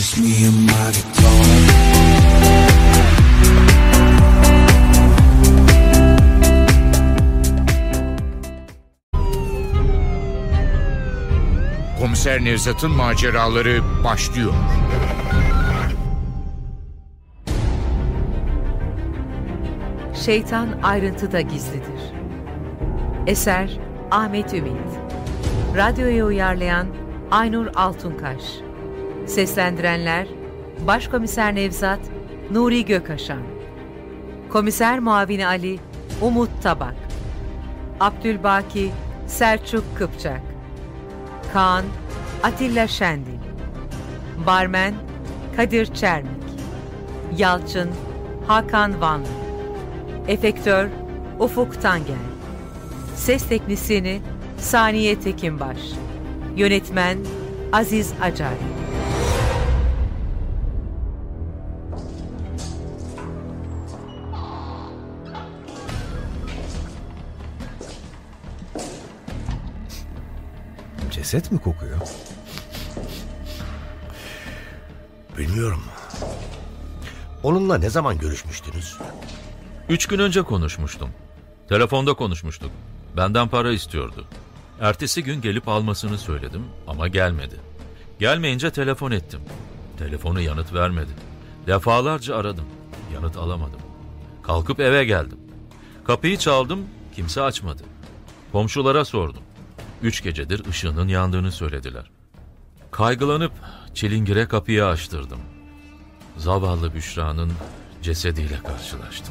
just me and my guitar. Komiser Nevzat'ın maceraları başlıyor. Şeytan ayrıntıda gizlidir. Eser Ahmet Ümit. Radyoya uyarlayan Aynur Altunkaş. Seslendirenler Başkomiser Nevzat Nuri Gökaşan, Komiser Muavini Ali Umut Tabak, Abdülbaki Selçuk Kıpçak, Kaan Atilla Şendil, Barmen Kadir Çermik, Yalçın Hakan Vanlı, Efektör Ufuk Tangel, Ses Teknisyeni Saniye Tekinbaş, Yönetmen Aziz Acar. Ceset mi kokuyor? Bilmiyorum. Onunla ne zaman görüşmüştünüz? 3 gün önce konuşmuştum. Telefonda konuşmuştuk. Benden para istiyordu. Ertesi gün gelip almasını söyledim ama gelmedi. Gelmeyince telefon ettim. Telefonu yanıt vermedi. Defalarca aradım. Yanıt alamadım. Kalkıp eve geldim. Kapıyı çaldım, kimse açmadı. Komşulara sordum. 3 gecedir ışığının yandığını söylediler. Kaygılanıp çilingire kapıyı açtırdım. Zavallı Büşra'nın cesediyle karşılaştım.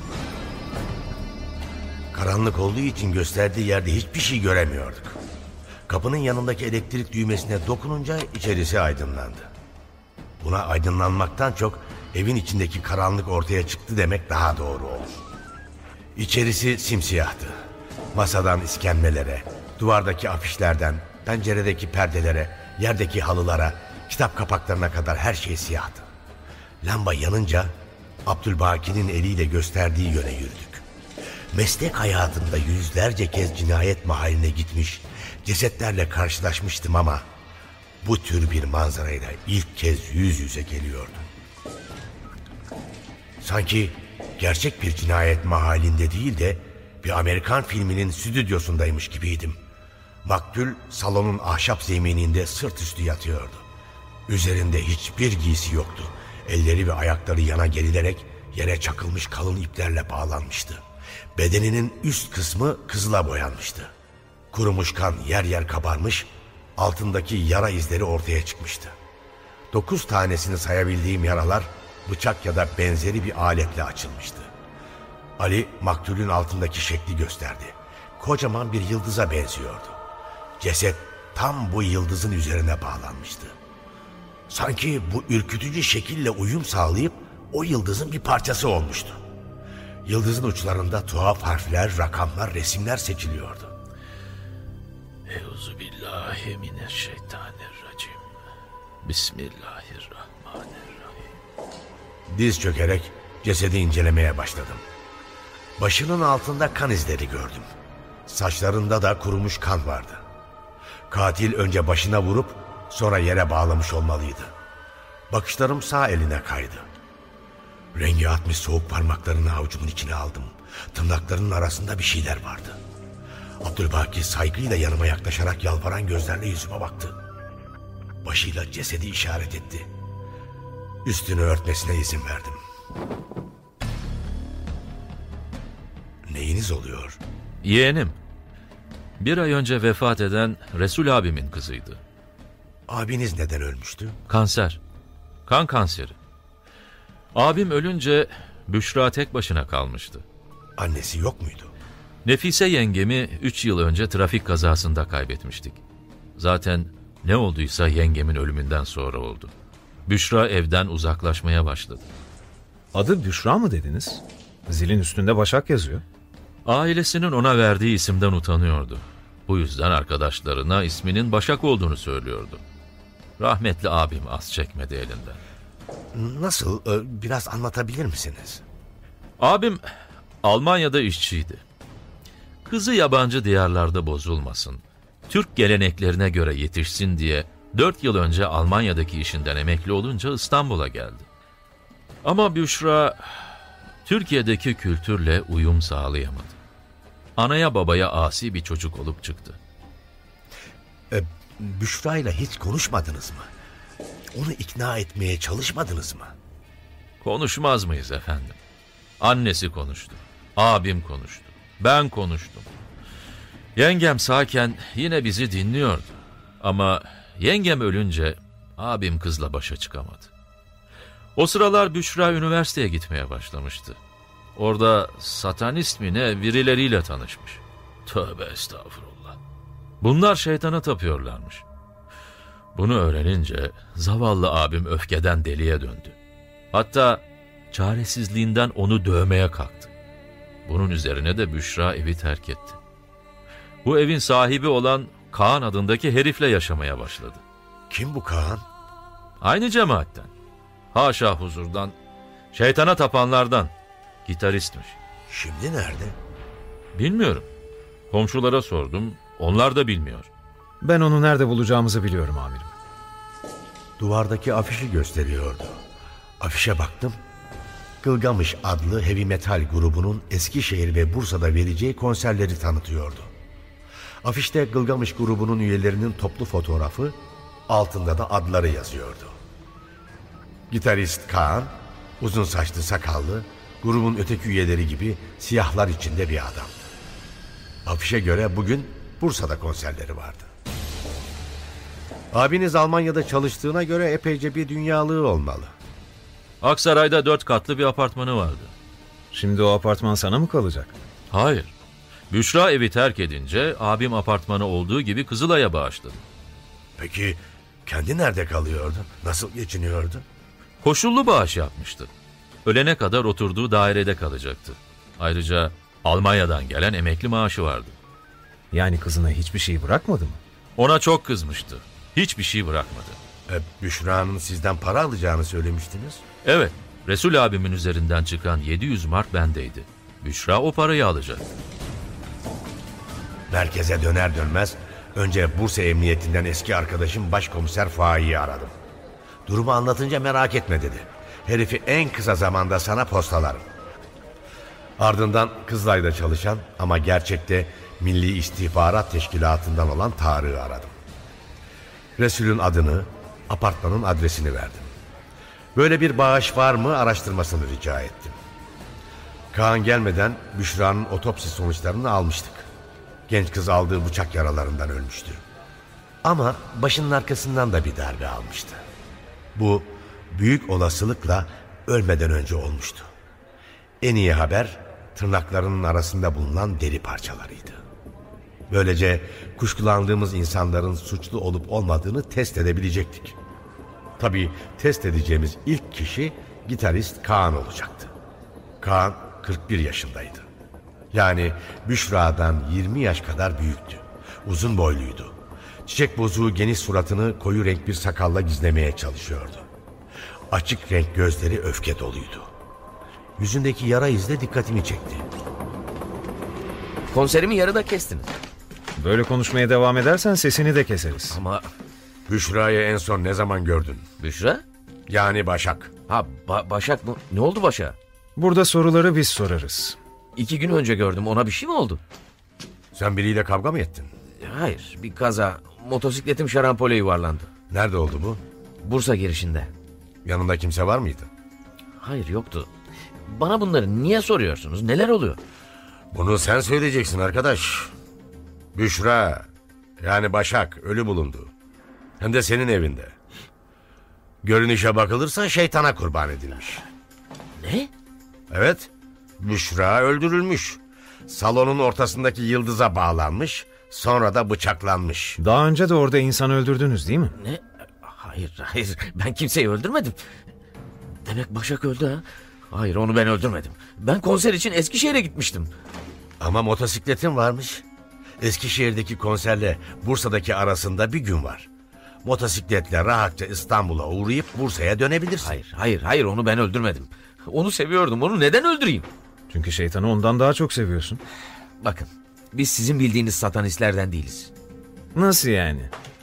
Karanlık olduğu için gösterdiği yerde hiçbir şey göremiyorduk. Kapının yanındaki elektrik düğmesine dokununca içerisi aydınlandı. Buna aydınlanmaktan çok evin içindeki karanlık ortaya çıktı demek daha doğru olur. İçerisi simsiyahtı. Masadan iskemlelere, duvardaki afişlerden, penceredeki perdelere, yerdeki halılara, kitap kapaklarına kadar her şey siyahtı. Lamba yanınca Abdülbaki'nin eliyle gösterdiği yöne yürüdük. Meslek hayatımda yüzlerce kez cinayet mahalline gitmiş, cesetlerle karşılaşmıştım ama bu tür bir manzarayla ilk kez yüz yüze geliyordum. Sanki gerçek bir cinayet mahallinde değil de bir Amerikan filminin stüdyosundaymış gibiydim. Maktul salonun ahşap zemininde sırt üstü yatıyordu. Üzerinde hiçbir giysi yoktu. Elleri ve ayakları yana gerilerek yere çakılmış kalın iplerle bağlanmıştı. Bedeninin üst kısmı kızıla boyanmıştı. Kurumuş kan yer yer kabarmış, altındaki yara izleri ortaya çıkmıştı. 9 tanesini sayabildiğim yaralar bıçak ya da benzeri bir aletle açılmıştı. Ali maktulün altındaki şekli gösterdi. Kocaman bir yıldıza benziyordu. Ceset tam bu yıldızın üzerine bağlanmıştı. Sanki bu ürkütücü şekille uyum sağlayıp o yıldızın bir parçası olmuştu. Yıldızın uçlarında tuhaf harfler, rakamlar, resimler seçiliyordu. Euzubillahimineşşeytanirracim. Bismillahirrahmanirrahim. Diz çökerek cesedi incelemeye başladım. Başının altında kan izleri gördüm. Saçlarında da kurumuş kan vardı. Katil önce başına vurup sonra yere bağlamış olmalıydı. Bakışlarım sağ eline kaydı. Rengi atmış soğuk parmaklarını avucumun içine aldım. Tırnaklarının arasında bir şeyler vardı. Abdülbaki saygıyla yanıma yaklaşarak yalvaran gözlerle yüzüme baktı. Başıyla cesedi işaret etti. Üstünü örtmesine izin verdim. Neyiniz oluyor? Yeğenim. 1 ay önce vefat eden Resul abimin kızıydı. Abiniz neden ölmüştü? Kanser. Kan kanseri. Abim ölünce Büşra tek başına kalmıştı. Annesi yok muydu? Nefise yengemi 3 yıl önce trafik kazasında kaybetmiştik. Zaten ne olduysa yengemin ölümünden sonra oldu. Büşra evden uzaklaşmaya başladı. Adı Büşra mı dediniz? Zilin üstünde Başak yazıyor. Ailesinin ona verdiği isimden utanıyordu. Bu yüzden arkadaşlarına isminin Başak olduğunu söylüyordu. Rahmetli abim az çekmedi elinden. Nasıl? Biraz anlatabilir misiniz? Abim Almanya'da işçiydi. Kızı yabancı diyarlarda bozulmasın, Türk geleneklerine göre yetişsin diye 4 yıl önce Almanya'daki işinden emekli olunca İstanbul'a geldi. Ama Büşra Türkiye'deki kültürle uyum sağlayamadı. Anaya babaya asi bir çocuk olup çıktı. Büşra ile hiç konuşmadınız mı? Onu ikna etmeye çalışmadınız mı? Konuşmaz mıyız efendim? Annesi konuştu, abim konuştu, ben konuştum. Yengem sağken yine bizi dinliyordu. Ama yengem ölünce abim kızla başa çıkamadı. O sıralar Büşra üniversiteye gitmeye başlamıştı. Orada satanist mi ne birileriyle tanışmış. Tövbe estağfurullah. Bunlar şeytana tapıyorlarmış. Bunu öğrenince zavallı abim öfkeden deliye döndü. Hatta çaresizliğinden onu dövmeye kalktı. Bunun üzerine de Büşra evi terk etti. Bu evin sahibi olan Kaan adındaki herifle yaşamaya başladı. Kim bu Kaan? Aynı cemaatten. Haşa huzurdan, şeytana tapanlardan. Gitaristmiş. Şimdi nerede? Bilmiyorum. Komşulara sordum, onlar da bilmiyor. Ben onu nerede bulacağımızı biliyorum amirim. Duvardaki afişi gösteriyordu. Afişe baktım. Gılgamış adlı heavy metal grubunun Eskişehir ve Bursa'da vereceği konserleri tanıtıyordu. Afişte Gılgamış grubunun üyelerinin toplu fotoğrafı, altında da adları yazıyordu. Gitarist Kaan, uzun saçlı sakallı, grubun öteki üyeleri gibi siyahlar içinde bir adamdı. Afişe göre bugün Bursa'da konserleri vardı. Abiniz Almanya'da çalıştığına göre epeyce bir dünyalığı olmalı. Aksaray'da 4 katlı bir apartmanı vardı. Şimdi o apartman sana mı kalacak? Hayır. Büşra evi terk edince abim apartmanı olduğu gibi Kızılay'a bağışladı. Peki kendi nerede kalıyordu? Nasıl geçiniyordu? Koşullu bağış yapmıştı. Ölene kadar oturduğu dairede kalacaktı. Ayrıca Almanya'dan gelen emekli maaşı vardı. Yani kızına hiçbir şey bırakmadı mı? Ona çok kızmıştı. Hiçbir şey bırakmadı. Büşra'nın sizden para alacağını söylemiştiniz. Evet, Resul abimin üzerinden çıkan 700 mark bendeydi. Büşra o parayı alacaktı. Merkeze döner dönmez önce Bursa Emniyetinden eski arkadaşım Başkomiser Faik'i aradım. Durumu anlatınca merak etme dedi. Herifi en kısa zamanda sana postalarım. Ardından Kızılay'da çalışan ama gerçekte Milli İstihbarat Teşkilatı'ndan olan Tarık'ı aradım. Resul'ün adını, apartmanın adresini verdim. Böyle bir bağış var mı araştırmasını rica ettim. Kaan gelmeden Büşra'nın otopsi sonuçlarını almıştık. Genç kız aldığı bıçak yaralarından ölmüştü. Ama başının arkasından da bir darbe almıştı. Bu büyük olasılıkla ölmeden önce olmuştu. En iyi haber tırnaklarının arasında bulunan deri parçalarıydı. Böylece kuşkulandığımız insanların suçlu olup olmadığını test edebilecektik. Tabii test edeceğimiz ilk kişi gitarist Kaan olacaktı. Kaan 41 yaşındaydı. Yani Büşra'dan 20 yaş kadar büyüktü. Uzun boyluydu. Çiçek bozuğu geniş suratını koyu renk bir sakalla gizlemeye çalışıyordu. Açık renk gözleri öfke doluydu. Yüzündeki yara izi de dikkatimi çekti. Konserimi yarıda kestiniz. Böyle konuşmaya devam edersen sesini de keseriz. Ama Büşra'yı en son ne zaman gördün? Büşra? Yani Başak. Ha Başak mı? Ne oldu Başak'a? Burada soruları biz sorarız. 2 gün önce gördüm. Ona bir şey mi oldu? Sen biriyle kavga mı ettin? Hayır, bir kaza. Motosikletim şarampole yuvarlandı. Nerede oldu bu? Bursa girişinde. Yanında kimse var mıydı? Hayır, yoktu. Bana bunları niye soruyorsunuz? Neler oluyor? Bunu sen söyleyeceksin arkadaş. Büşra, yani Başak ölü bulundu. Hem de senin evinde. Görünüşe bakılırsa şeytana kurban edilmiş. Ne? Evet, Büşra öldürülmüş. Salonun ortasındaki yıldıza bağlanmış, sonra da bıçaklanmış. Daha önce de orada insan öldürdünüz değil mi? Ne? Hayır. Ben kimseyi öldürmedim. Demek Başak öldü ha? Hayır, onu ben öldürmedim. Ben konser için Eskişehir'e gitmiştim. Ama motosikletin varmış. Eskişehir'deki konserle Bursa'daki arasında bir gün var. Motosikletle rahatça İstanbul'a uğrayıp Bursa'ya dönebilirsin. Hayır, onu ben öldürmedim. Onu seviyordum. Onu neden öldüreyim? Çünkü şeytanı ondan daha çok seviyorsun. Bakın, biz sizin bildiğiniz satanistlerden değiliz. Nasıl yani?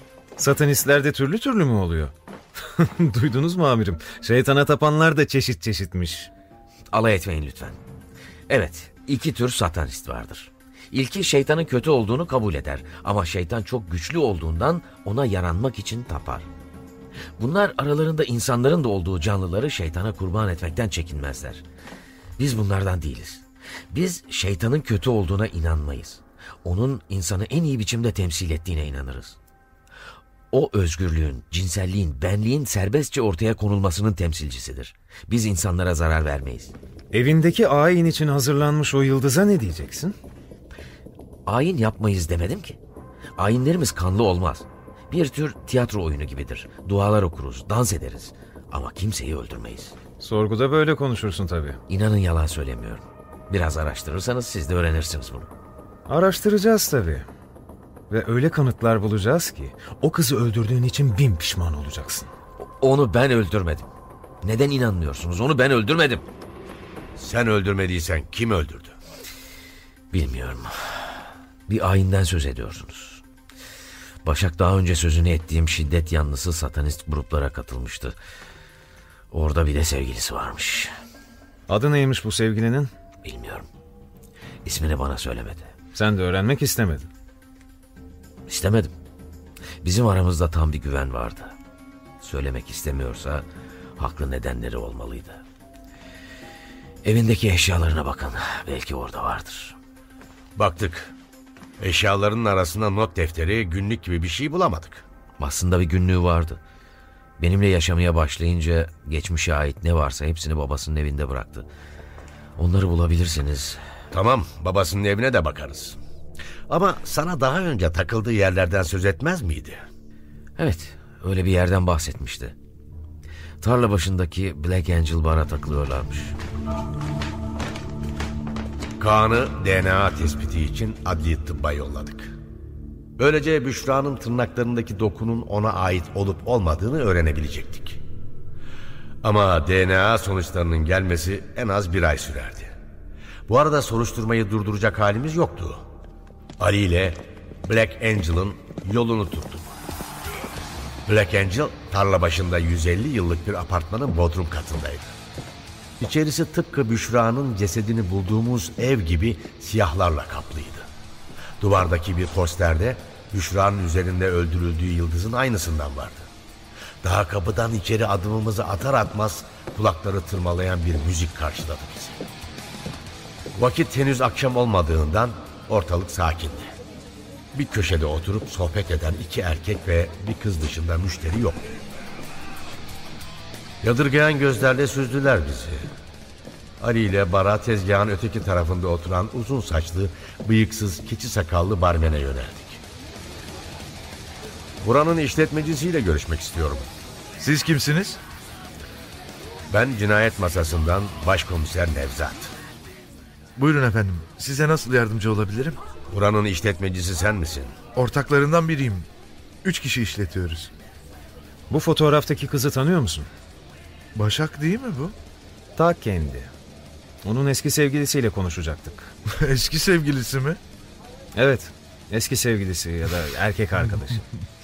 Satanistler türlü türlü mü oluyor? Duydunuz mu amirim? Şeytana tapanlar da çeşit çeşitmiş. Alay etmeyin lütfen. Evet, 2 tür satanist vardır. İlki şeytanın kötü olduğunu kabul eder ama şeytan çok güçlü olduğundan ona yaranmak için tapar. Bunlar aralarında insanların da olduğu canlıları şeytana kurban etmekten çekinmezler. Biz bunlardan değiliz. Biz şeytanın kötü olduğuna inanmayız. Onun insanı en iyi biçimde temsil ettiğine inanırız. O özgürlüğün, cinselliğin, benliğin serbestçe ortaya konulmasının temsilcisidir. Biz insanlara zarar vermeyiz. Evindeki ayin için hazırlanmış o yıldıza ne diyeceksin? Ayin yapmayız demedim ki. Ayinlerimiz kanlı olmaz. Bir tür tiyatro oyunu gibidir. Dualar okuruz, dans ederiz. Ama kimseyi öldürmeyiz. Sorguda böyle konuşursun tabii. İnanın yalan söylemiyorum. Biraz araştırırsanız siz de öğrenirsiniz bunu. Araştıracağız tabii. Ve öyle kanıtlar bulacağız ki o kızı öldürdüğün için 1000 pişman olacaksın. Onu ben öldürmedim. Neden inanmıyorsunuz? Onu ben öldürmedim. Sen öldürmediysen kim öldürdü? Bilmiyorum. Bir ayinden söz ediyorsunuz. Başak daha önce sözünü ettiğim şiddet yanlısı satanist gruplara katılmıştı. Orada bir de sevgilisi varmış. Adı neymiş bu sevgilinin? Bilmiyorum. İsmini bana söylemedi. Sen de öğrenmek istemedin. İstemedim. Bizim aramızda tam bir güven vardı. Söylemek istemiyorsa haklı nedenleri olmalıydı. Evindeki eşyalarına bakın. Belki orada vardır. Baktık. Eşyalarının arasında not defteri, günlük gibi bir şey bulamadık. Aslında bir günlüğü vardı. Benimle yaşamaya başlayınca geçmişe ait ne varsa hepsini babasının evinde bıraktı. Onları bulabilirsiniz. Tamam, babasının evine de bakarız. Ama sana daha önce takıldığı yerlerden söz etmez miydi? Evet, öyle bir yerden bahsetmişti. Tarla başındaki Black Angel Bar'a takılıyorlarmış. Kaan'ı DNA tespiti için adli tıbba yolladık. Böylece Büşra'nın tırnaklarındaki dokunun ona ait olup olmadığını öğrenebilecektik. Ama DNA sonuçlarının gelmesi en az 1 ay sürerdi. Bu arada soruşturmayı durduracak halimiz yoktu. Ali ile Black Angel'ın yolunu tuttuk. Black Angel tarla başında 150 yıllık bir apartmanın bodrum katındaydı. İçerisi tıpkı Büşra'nın cesedini bulduğumuz ev gibi siyahlarla kaplıydı. Duvardaki bir posterde Büşra'nın üzerinde öldürüldüğü yıldızın aynısından vardı. Daha kapıdan içeri adımımızı atar atmaz kulakları tırmalayan bir müzik karşıladı bizi. Vakit henüz akşam olmadığından ortalık sakindi. Bir köşede oturup sohbet eden 2 erkek ve bir kız dışında müşteri yoktu. Yadırgayan gözlerle süzdüler bizi. Ali ile bara tezgahın öteki tarafında oturan uzun saçlı, bıyıksız, keçi sakallı barmene yöneldik. Buranın işletmecisiyle görüşmek istiyorum. Siz kimsiniz? Ben cinayet masasından başkomiser Nevzat. Buyurun efendim. Size nasıl yardımcı olabilirim? Buranın işletmecisi sen misin? Ortaklarından biriyim. 3 kişi işletiyoruz. Bu fotoğraftaki kızı tanıyor musun? Başak değil mi bu? Ta kendi. Onun eski sevgilisiyle konuşacaktık. Eski sevgilisi mi? Evet, eski sevgilisi ya da erkek arkadaşı.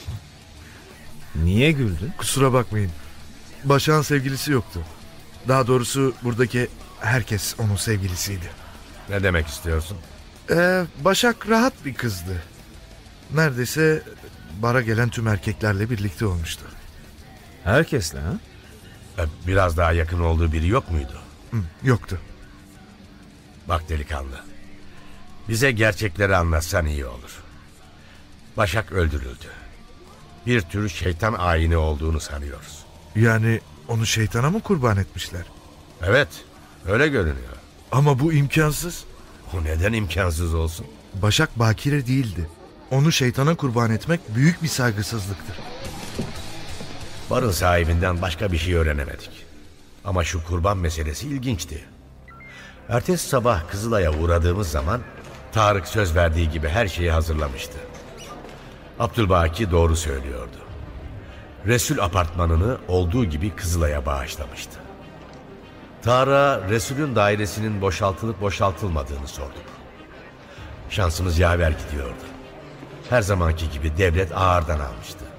Niye güldün? Kusura bakmayın. Başak'ın sevgilisi yoktu. Daha doğrusu buradaki herkes onun sevgilisiydi. Ne demek istiyorsun? Başak rahat bir kızdı. Neredeyse bara gelen tüm erkeklerle birlikte olmuştu. Herkesle ha? Biraz daha yakın olduğu biri yok muydu? Yoktu. Bak delikanlı. Bize gerçekleri anlatsan iyi olur. Başak öldürüldü. Bir tür şeytan ayini olduğunu sanıyoruz. Yani onu şeytana mı kurban etmişler? Evet, öyle görünüyor. Ama bu imkansız. O neden imkansız olsun? Başak bakire değildi. Onu şeytana kurban etmek büyük bir saygısızlıktır. Barın sahibinden başka bir şey öğrenemedik. Ama şu kurban meselesi ilginçti. Ertesi sabah Kızılay'a uğradığımız zaman Tarık söz verdiği gibi her şeyi hazırlamıştı. Abdülbaki doğru söylüyordu. Resul apartmanını olduğu gibi Kızılay'a bağışlamıştı. Tarık'a Resul'ün dairesinin boşaltılıp boşaltılmadığını sorduk. Şansımız yaver gidiyordu. Her zamanki gibi devlet ağırdan almıştı.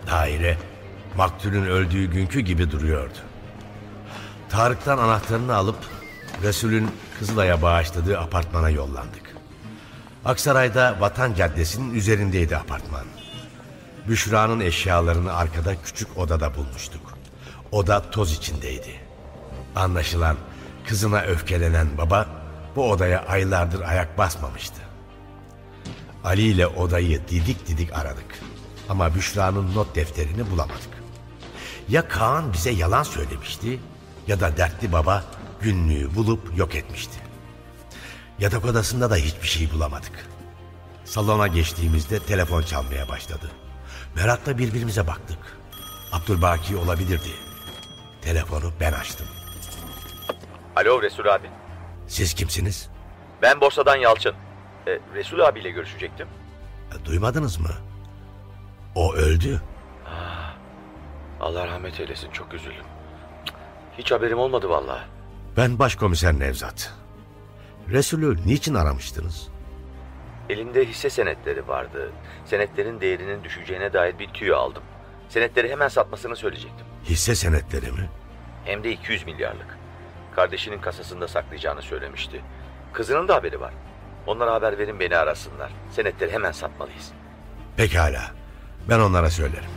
Daire maktulün öldüğü günkü gibi duruyordu. Tarık'tan anahtarını alıp Resul'ün Kızılay'a bağışladığı apartmana yollandık. Aksaray'da Vatan Caddesi'nin üzerindeydi apartman. Büşra'nın eşyalarını arkada küçük odada bulmuştuk. Oda toz içindeydi. Anlaşılan kızına öfkelenen baba bu odaya aylardır ayak basmamıştı. Ali ile odayı didik didik aradık. Ama Büşra'nın not defterini bulamadık. Ya Kaan bize yalan söylemişti ya da dertli baba günlüğü bulup yok etmişti. Yatak odasında da hiçbir şey bulamadık. Salona geçtiğimizde telefon çalmaya başladı. Merakla birbirimize baktık. Abdülbaki olabilirdi. Telefonu ben açtım. Alo Resul abi. Siz kimsiniz? Ben borsadan Yalçın. Resul abiyle görüşecektim. Duymadınız mı? O öldü. Allah rahmet eylesin, çok üzüldüm. Hiç haberim olmadı vallahi. Ben Başkomiser Nevzat. Resul'ü niçin aramıştınız? Elinde hisse senetleri vardı. Senetlerin değerinin düşeceğine dair bir tüyo aldım. Senetleri hemen satmasını söyleyecektim. Hisse senetleri mi? Hem de 200 milyarlık. Kardeşinin kasasında saklayacağını söylemişti. Kızının da haberi var. Onlara haber verin, beni arasınlar. Senetleri hemen satmalıyız. Pekala. Ben onlara söylerim.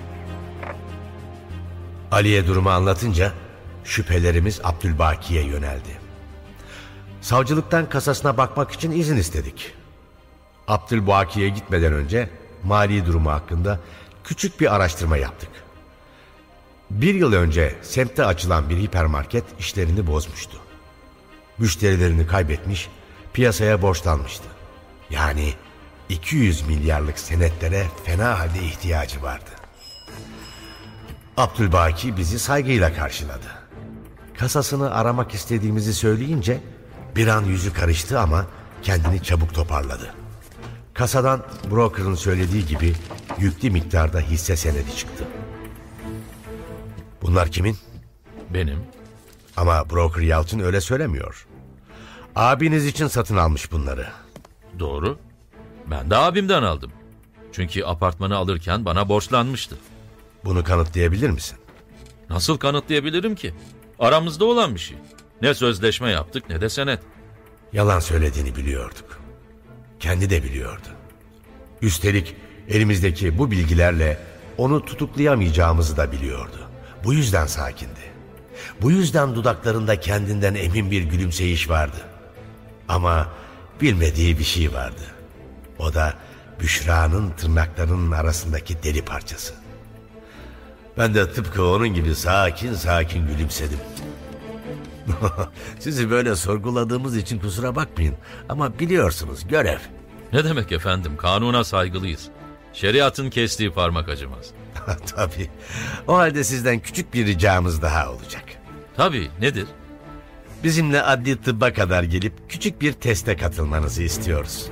Ali'ye durumu anlatınca şüphelerimiz Abdülbaki'ye yöneldi. Savcılıktan kasasına bakmak için izin istedik. Abdülbaki'ye gitmeden önce mali durumu hakkında küçük bir araştırma yaptık. 1 yıl önce semtte açılan bir hipermarket işlerini bozmuştu. Müşterilerini kaybetmiş, piyasaya borçlanmıştı. Yani 200 milyarlık senetlere fena halde ihtiyacı vardı. Abdülbaki bizi saygıyla karşıladı. Kasasını aramak istediğimizi söyleyince bir an yüzü karıştı ama kendini çabuk toparladı. Kasadan broker'ın söylediği gibi yüklü miktarda hisse senedi çıktı. Bunlar kimin? Benim. Ama broker Yalçın öyle söylemiyor. Abiniz için satın almış bunları. Doğru. Ben de abimden aldım. Çünkü apartmanı alırken bana borçlanmıştı. Bunu kanıtlayabilir misin? Nasıl kanıtlayabilirim ki? Aramızda olan bir şey. Ne sözleşme yaptık ne de senet. Yalan söylediğini biliyorduk. Kendi de biliyordu. Üstelik elimizdeki bu bilgilerle onu tutuklayamayacağımızı da biliyordu. Bu yüzden sakindi. Bu yüzden dudaklarında kendinden emin bir gülümseyiş vardı. Ama bilmediği bir şey vardı. O da Büşra'nın tırnaklarının arasındaki deri parçası. Ben de tıpkı onun gibi sakin sakin gülümsedim. Sizi böyle sorguladığımız için kusura bakmayın. Ama biliyorsunuz, görev. Ne demek efendim, kanuna saygılıyız. Şeriatın kestiği parmak acımaz. Tabii. O halde sizden küçük bir ricamız daha olacak. Tabii, nedir? Bizimle adli tıbba kadar gelip küçük bir teste katılmanızı istiyoruz.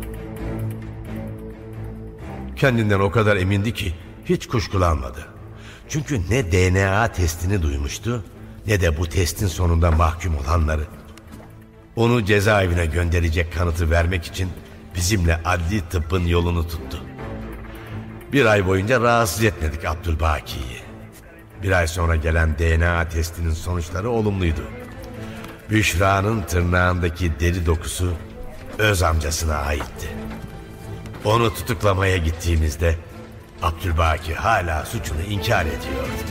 Kendinden o kadar emindi ki hiç kuşkulanmadı. Çünkü ne DNA testini duymuştu ne de bu testin sonunda mahkum olanları. Onu cezaevine gönderecek kanıtı vermek için bizimle adli tıbbın yolunu tuttu. 1 ay boyunca rahatsız etmedik Abdülbaki'yi. 1 ay sonra gelen DNA testinin sonuçları olumluydu. Büşra'nın tırnağındaki deri dokusu öz amcasına aitti. Onu tutuklamaya gittiğimizde Abdülbaki hala suçunu inkar ediyordu.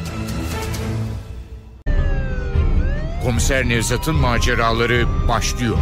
Komiser Nevzat'ın maceraları başlıyor.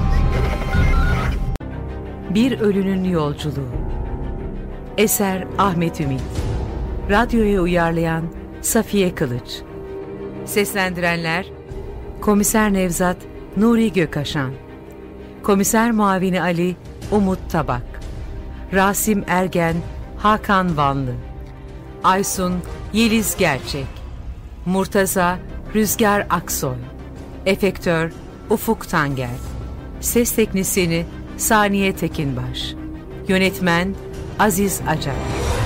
Bir Ölünün Yolculuğu. Eser Ahmet Ümit. Radyoya uyarlayan Safiye Kılıç. Seslendirenler Komiser Nevzat Nuri Gökaşan, Komiser Muavini Ali Umut Tabak, Rasim Ergen Hakan Vanlı, Aysun Yeliz Gerçek, Murtaza Rüzgar Aksoy, Efektör Ufuk Tanger, Ses Teknisyeni Saniye Tekinbaş, Yönetmen Aziz Acar.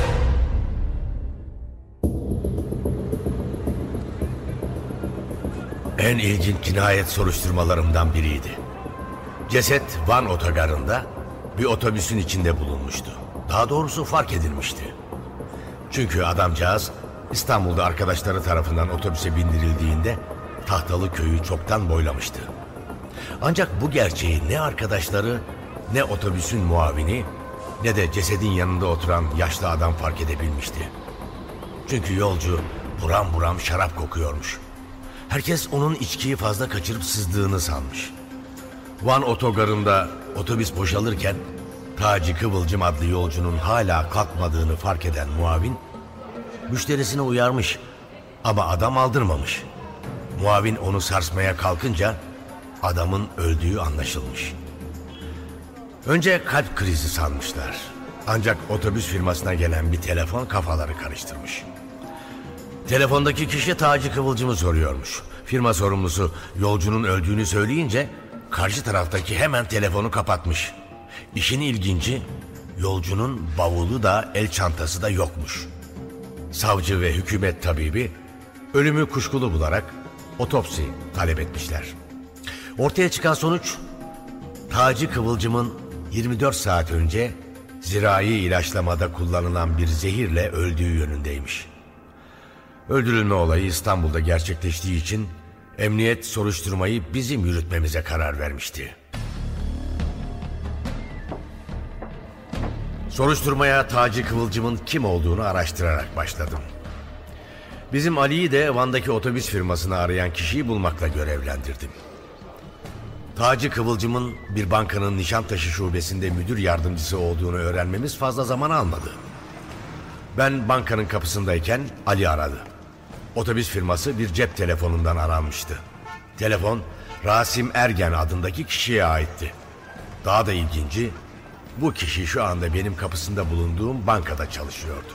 En ilginç cinayet soruşturmalarımdan biriydi. Ceset Van otogarında bir otobüsün içinde bulunmuştu. Daha doğrusu fark edilmişti. Çünkü adamcağız İstanbul'da arkadaşları tarafından otobüse bindirildiğinde Tahtalı köyü çoktan boylamıştı. Ancak bu gerçeği ne arkadaşları, ne otobüsün muavini, ne de cesedin yanında oturan yaşlı adam fark edebilmişti. Çünkü yolcu buram buram şarap kokuyormuş. Herkes onun içkiyi fazla kaçırıp sızdığını sanmış. Van otogarında otobüs boşalırken Taci Kıvılcım adlı yolcunun hala kalkmadığını fark eden muavin müşterisine uyarmış ama adam aldırmamış. Muavin onu sarsmaya kalkınca adamın öldüğü anlaşılmış. Önce kalp krizi sanmışlar. Ancak otobüs firmasına gelen bir telefon kafaları karıştırmış. Telefondaki kişi Taci Kıvılcım'ı soruyormuş. Firma sorumlusu yolcunun öldüğünü söyleyince karşı taraftaki hemen telefonu kapatmış. İşin ilginci, yolcunun bavulu da el çantası da yokmuş. Savcı ve hükümet tabibi ölümü kuşkulu bularak otopsi talep etmişler. Ortaya çıkan sonuç, Taci Kıvılcım'ın 24 saat önce zirai ilaçlamada kullanılan bir zehirle öldüğü yönündeymiş. Öldürülme olayı İstanbul'da gerçekleştiği için emniyet soruşturmayı bizim yürütmemize karar vermişti. Soruşturmaya Taci Kıvılcım'ın kim olduğunu araştırarak başladım. Bizim Ali'yi de Van'daki otobüs firmasını arayan kişiyi bulmakla görevlendirdim. Taci Kıvılcım'ın bir bankanın Nişantaşı şubesinde müdür yardımcısı olduğunu öğrenmemiz fazla zaman almadı. Ben bankanın kapısındayken Ali aradı. Otobüs firması bir cep telefonundan aranmıştı. Telefon Rasim Ergen adındaki kişiye aitti. Daha da ilginci, bu kişi şu anda benim kapısında bulunduğum bankada çalışıyordu.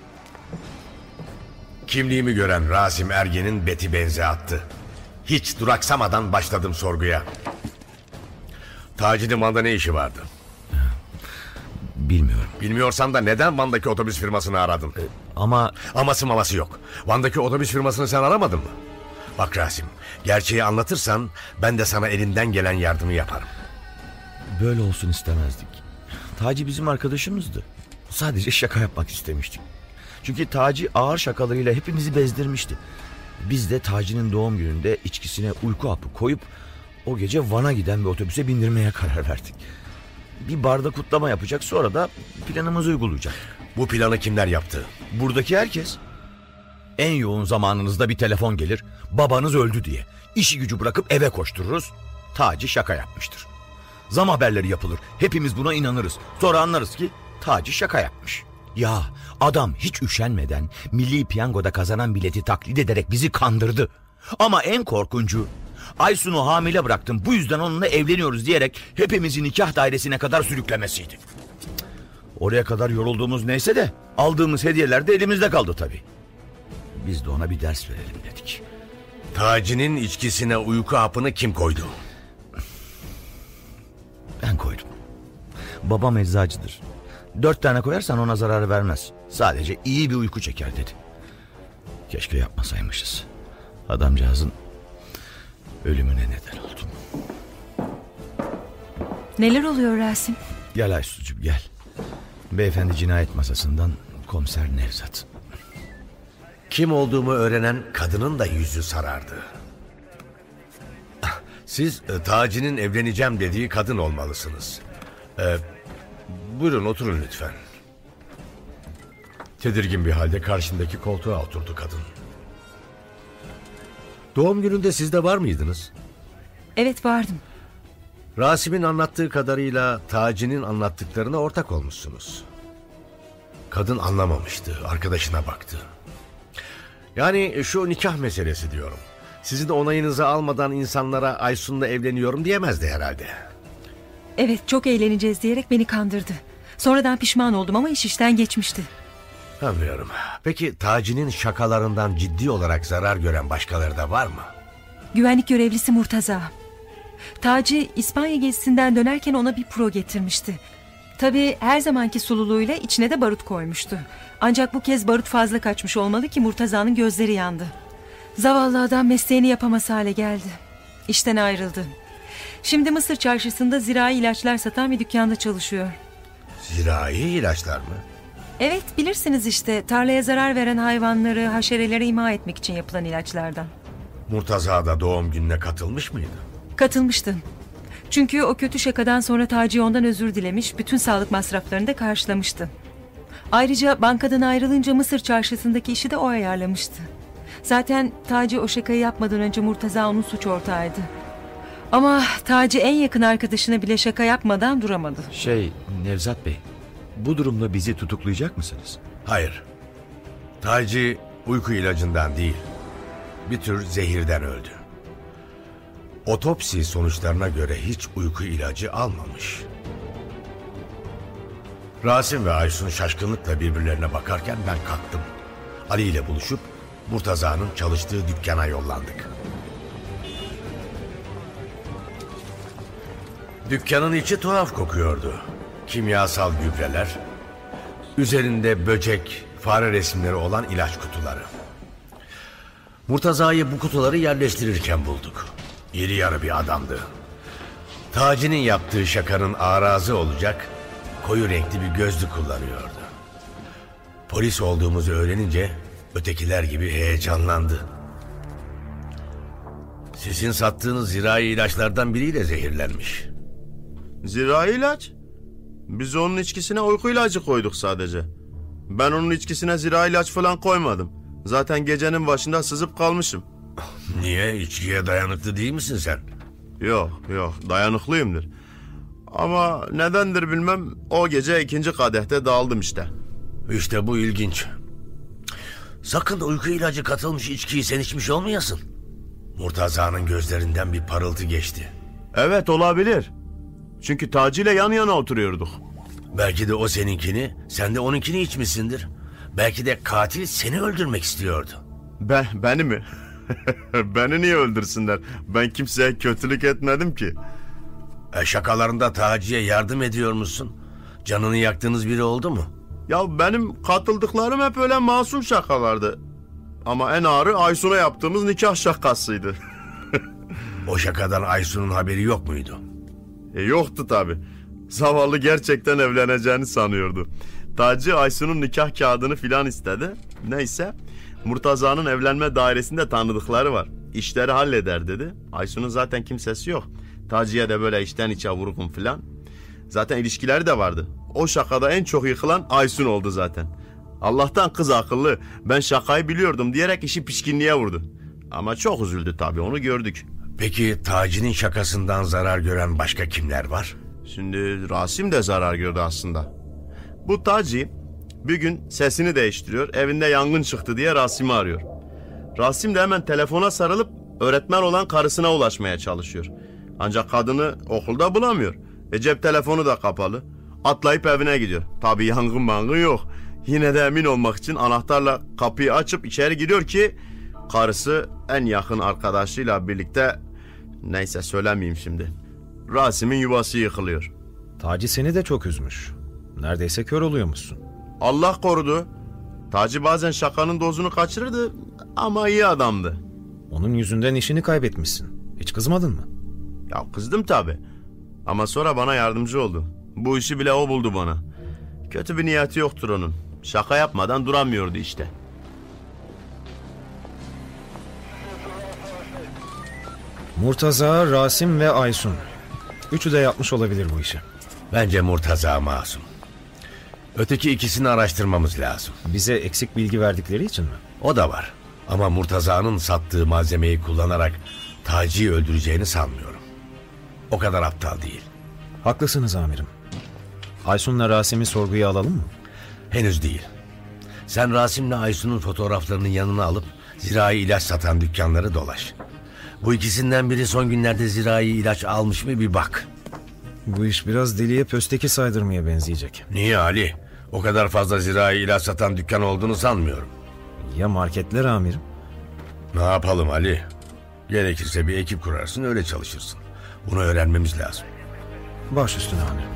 Kimliğimi gören Rasim Ergen'in beti benze attı. Hiç duraksamadan başladım sorguya. Taci'nin Van'da ne işi vardı? Bilmiyorum. Bilmiyorsan da neden Van'daki otobüs firmasını aradın? Ama... Aması maması yok. Van'daki otobüs firmasını sen aramadın mı? Bak Rasim, gerçeği anlatırsan ben de sana elinden gelen yardımı yaparım. Böyle olsun istemezdik. Taci bizim arkadaşımızdı. Sadece şaka yapmak istemiştik. Çünkü Taci ağır şakalarıyla hepimizi bezdirmişti. Biz de Taci'nin doğum gününde içkisine uyku hapı koyup o gece Van'a giden bir otobüse bindirmeye karar verdik. Bir barda kutlama yapacak, sonra da planımızı uygulayacak. Bu planı kimler yaptı? Buradaki herkes. En yoğun zamanınızda bir telefon gelir, babanız öldü diye. İşi gücü bırakıp eve koştururuz. Taci şaka yapmıştır. Zam haberleri yapılır. Hepimiz buna inanırız. Sonra anlarız ki Taci şaka yapmış. Ya adam hiç üşenmeden Milli Piyango'da kazanan bileti taklit ederek bizi kandırdı. Ama en korkuncu, Aysun'u hamile bıraktım, bu yüzden onunla evleniyoruz diyerek hepimizi nikah dairesine kadar sürüklemesiydi. Oraya kadar yorulduğumuz neyse de aldığımız hediyeler de elimizde kaldı tabii. Biz de ona bir ders verelim dedik. Taci'nin içkisine uyku hapını kim koydu? Ben koydum. Babam eczacıdır. 4 tane koyarsan ona zarar vermez. Sadece iyi bir uyku çeker dedi. Keşke yapmasaymışız. Adamcağızın ölümüne neden oldum. Neler oluyor Rasim? Gel Aysucuğum gel. Beyefendi cinayet masasından komiser Nevzat. Kim olduğumu öğrenen kadının da yüzü sarardı. Siz Taci'nin evleneceğim dediği kadın olmalısınız. Buyurun oturun lütfen. Tedirgin bir halde karşındaki koltuğa oturdu kadın. Doğum gününde siz de var mıydınız? Evet, vardım. Rasim'in anlattığı kadarıyla Taci'nin anlattıklarına ortak olmuşsunuz. Kadın anlamamıştı, arkadaşına baktı. Yani şu nikah meselesi diyorum. Sizin onayınızı almadan insanlara Aysun'la evleniyorum diyemezdi herhalde. Evet, çok eğleneceğiz diyerek beni kandırdı. Sonradan pişman oldum ama iş işten geçmişti. Anlıyorum. Peki Taci'nin şakalarından ciddi olarak zarar gören başkaları da var mı? Güvenlik görevlisi Murtaza. Taci İspanya gezisinden dönerken ona bir pro getirmişti. Tabii her zamanki sululuğuyla içine de barut koymuştu. Ancak bu kez barut fazla kaçmış olmalı ki Murtaza'nın gözleri yandı. Zavallı adam mesleğini yapamaz hale geldi. İşten ayrıldı. Şimdi Mısır çarşısında zirai ilaçlar satan bir dükkanda çalışıyor. Zirai ilaçlar mı? Evet, bilirsiniz işte, tarlaya zarar veren hayvanları, haşereleri imha etmek için yapılan ilaçlardan. Murtaza da doğum gününe katılmış mıydı? Katılmıştı. Çünkü o kötü şakadan sonra Taci ondan özür dilemiş, bütün sağlık masraflarını da karşılamıştı. Ayrıca bankadan ayrılınca Mısır çarşısındaki işi de o ayarlamıştı. Zaten Taci o şakayı yapmadan önce Murtaza onun suç ortağıydı. Ama Taci en yakın arkadaşına bile şaka yapmadan duramadı. Nevzat Bey, bu durumda bizi tutuklayacak mısınız? Hayır. Taci uyku ilacından değil, bir tür zehirden öldü. Otopsi sonuçlarına göre hiç uyku ilacı almamış. Rasim ve Aysun şaşkınlıkla birbirlerine bakarken ben kalktım. Ali ile buluşup Murtaza'nın çalıştığı dükkana yollandık. Dükkanın içi tuhaf kokuyordu. Kimyasal gübreler, üzerinde böcek, fare resimleri olan ilaç kutuları. Murtaza'yı bu kutuları yerleştirirken bulduk. İri yarı bir adamdı. Taci'nin yaptığı şakanın arazı olacak koyu renkli bir gözlük kullanıyordu. Polis olduğumuzu öğrenince ötekiler gibi heyecanlandı. Sizin sattığınız zirai ilaçlardan biriyle zehirlenmiş. Zirai ilaç? Biz onun içkisine uyku ilacı koyduk sadece. Ben onun içkisine zirai ilaç falan koymadım. Zaten gecenin başında sızıp kalmışım. Niye? İçkiye dayanıklı değil misin sen? Yok dayanıklıyımdır. Ama nedendir bilmem, o gece 2. kadehte dağıldım işte. İşte bu ilginç. Sakın uyku ilacı katılmış içkiyi sen içmiş olmayasın. Murtaza'nın gözlerinden bir parıltı geçti. Evet, olabilir. Çünkü Taci ile yan yana oturuyorduk. Belki de o seninkini, sen de onunkini içmişsindir. Belki de katil seni öldürmek istiyordu. Beni mi? Beni niye öldürsünler? Ben kimseye kötülük etmedim ki. Şakalarında Taci'ye yardım ediyor musun? Canını yaktığınız biri oldu mu? Ya benim katıldıklarım hep öyle masum şakalardı. Ama en ağırı Aysun'a yaptığımız nikah şakasıydı. O şakadan Aysun'un haberi yok muydu? Yoktu tabii. Zavallı gerçekten evleneceğini sanıyordu. Taci Aysun'un nikah kağıdını filan istedi. Neyse, Murtaza'nın evlenme dairesinde tanıdıkları var. İşleri halleder dedi. Aysun'un zaten kimsesi yok. Taci'ye de böyle içten içe vurukum filan. Zaten ilişkileri de vardı. O şakada en çok yıkılan Aysun oldu zaten. Allah'tan kız akıllı, ben şakayı biliyordum diyerek işi pişkinliğe vurdu. Ama çok üzüldü tabii, onu gördük. Peki Taci'nin şakasından zarar gören başka kimler var? Şimdi Rasim de zarar gördü aslında. Bu Taci bir gün sesini değiştiriyor, evinde yangın çıktı diye Rasim'i arıyor. Rasim de hemen telefona sarılıp öğretmen olan karısına ulaşmaya çalışıyor. Ancak kadını okulda bulamıyor. Cep telefonu da kapalı. Atlayıp evine gidiyor. Tabii yangın yok. Yine de emin olmak için anahtarla kapıyı açıp içeri giriyor ki karısı en yakın arkadaşıyla birlikte, neyse söylemeyeyim şimdi, Rasim'in yuvası yıkılıyor. Taci seni de çok üzmüş. Neredeyse kör oluyormuşsun. Allah korudu. Taci bazen şakanın dozunu kaçırırdı ama iyi adamdı. Onun yüzünden işini kaybetmişsin. Hiç kızmadın mı? Ya kızdım tabii. Ama sonra bana yardımcı oldu. Bu işi bile o buldu bana. Kötü bir niyeti yoktur onun. Şaka yapmadan duramıyordu işte. Murtaza, Rasim ve Aysun. Üçü de yapmış olabilir bu işi. Bence Murtaza masum. Öteki ikisini araştırmamız lazım. Bize eksik bilgi verdikleri için mi? O da var. Ama Murtaza'nın sattığı malzemeyi kullanarak Taci'yi öldüreceğini sanmıyorum. O kadar aptal değil. Haklısınız amirim. Aysun'la Rasim'i sorguya alalım mı? Henüz değil. Sen Rasim'le Aysun'un fotoğraflarının yanına alıp zirai ilaç satan dükkanları dolaş. Bu ikisinden biri son günlerde zirai ilaç almış mı bir bak. Bu iş biraz deliye pösteki saydırmaya benzeyecek. Niye Ali? O kadar fazla zirai ilaç satan dükkan olduğunu sanmıyorum. Ya marketler amirim? Ne yapalım Ali? Gerekirse bir ekip kurarsın, öyle çalışırsın. Bunu öğrenmemiz lazım. Baş üstüne amirim.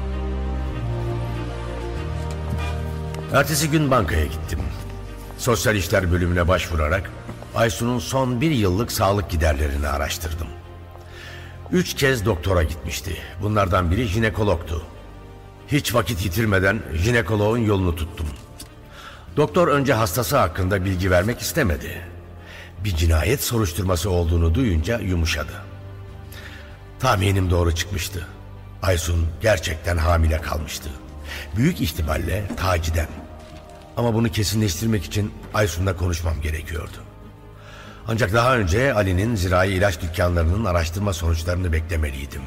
Ertesi gün bankaya gittim. Sosyal işler bölümüne başvurarak Aysun'un son 1 yıllık sağlık giderlerini araştırdım. 3 kez doktora gitmişti. Bunlardan biri jinekologtu. Hiç vakit yitirmeden jinekoloğun yolunu tuttum. Doktor önce hastası hakkında bilgi vermek istemedi. Bir cinayet soruşturması olduğunu duyunca yumuşadı. Tahminim doğru çıkmıştı. Aysun gerçekten hamile kalmıştı. Büyük ihtimalle Taci'den. Ama bunu kesinleştirmek için Aysun'la konuşmam gerekiyordu. Ancak daha önce Ali'nin zirai ilaç dükkanlarının araştırma sonuçlarını beklemeliydim.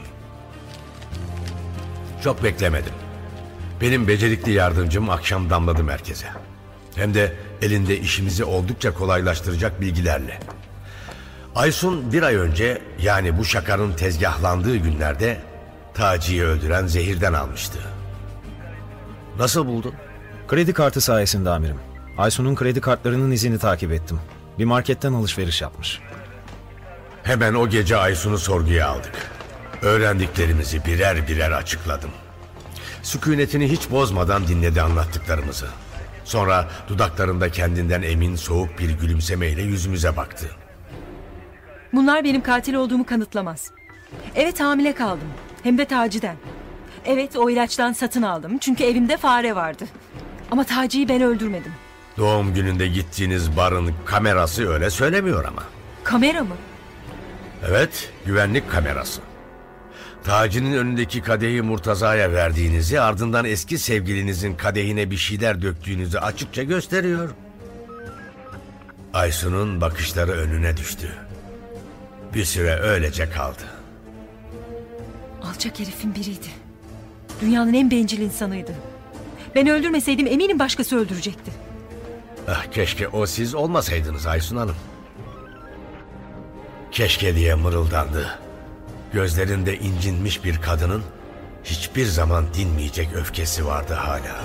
Çok beklemedim. Benim becerikli yardımcım akşam damladı merkeze. Hem de elinde işimizi oldukça kolaylaştıracak bilgilerle. Aysun bir ay önce, yani bu şakanın tezgahlandığı günlerde Taci'yi öldüren zehirden almıştı. Nasıl buldun? Kredi kartı sayesinde amirim. Aysun'un kredi kartlarının izini takip ettim. Bir marketten alışveriş yapmış. Hemen o gece Aysun'u sorguya aldık. Öğrendiklerimizi birer birer açıkladım. Sükunetini hiç bozmadan dinledi anlattıklarımızı. Sonra dudaklarında kendinden emin soğuk bir gülümsemeyle yüzümüze baktı. Bunlar benim katil olduğumu kanıtlamaz. Evet, hamile kaldım. Hem de Taci'den. Evet, o ilaçtan satın aldım. Çünkü evimde fare vardı. Ama Taci'yi ben öldürmedim. Doğum gününde gittiğiniz barın kamerası öyle söylemiyor ama. Kamera mı? Evet, güvenlik kamerası. Taci'nin önündeki kadehi Murtaza'ya verdiğinizi, ardından eski sevgilinizin kadehine bir şeyler döktüğünüzü açıkça gösteriyor. Aysun'un bakışları önüne düştü. Bir süre öylece kaldı. Alçak herifin biriydi. Dünyanın en bencil insanıydı. Ben öldürmeseydim eminim başkası öldürecekti. Ah, keşke o siz olmasaydınız Aysun Hanım. Keşke diye mırıldandı. Gözlerinde incinmiş bir kadının hiçbir zaman dinmeyecek öfkesi vardı hala.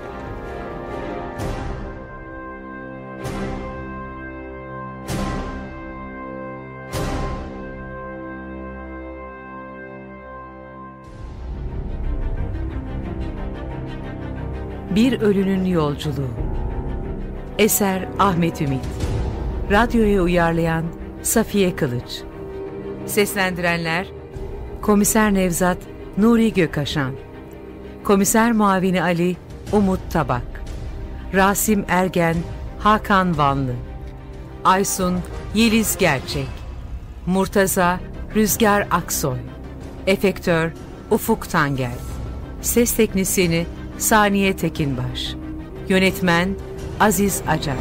Bir Ölünün Yolculuğu. Eser Ahmet Ümit. Radyoya uyarlayan Safiye Kılıç. Seslendirenler: Komiser Nevzat Nuri Gökaşan, Komiser Muavini Ali Umut Tabak, Rasim Ergen Hakan Vanlı, Aysun Yeliz Gerçek, Murtaza Rüzgar Aksoy, Efektör Ufuk Tangel, Ses Teknisyeni Saniye Tekinbaş, Yönetmen Aziz Acar.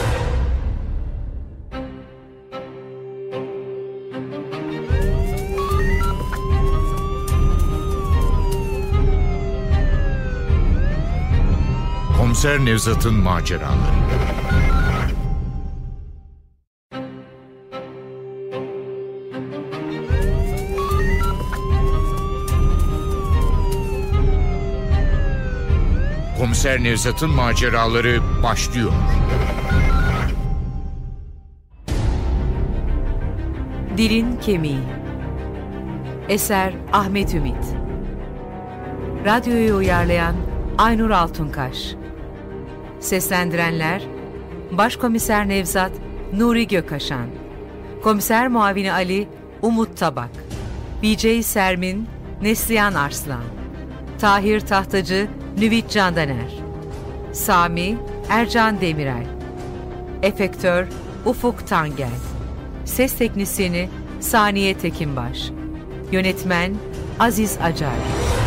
Komiser Nevzat'ın maceraları. Komiser Nevzat'ın maceraları başlıyor. Dilin Kemiği. Eser Ahmet Ümit. Radyoyu uyarlayan Aynur Altunkaş. Seslendirenler: Başkomiser Nevzat Nuri Gökaşan, Komiser Muavini Ali Umut Tabak, BJ Sermin Neslihan Arslan, Tahir Tahtacı Nüvit Candaner, Sami Ercan Demirel, Efektör Ufuk Tangel, Ses Teknisyeni Saniye Tekinbaş, Yönetmen Aziz Acar.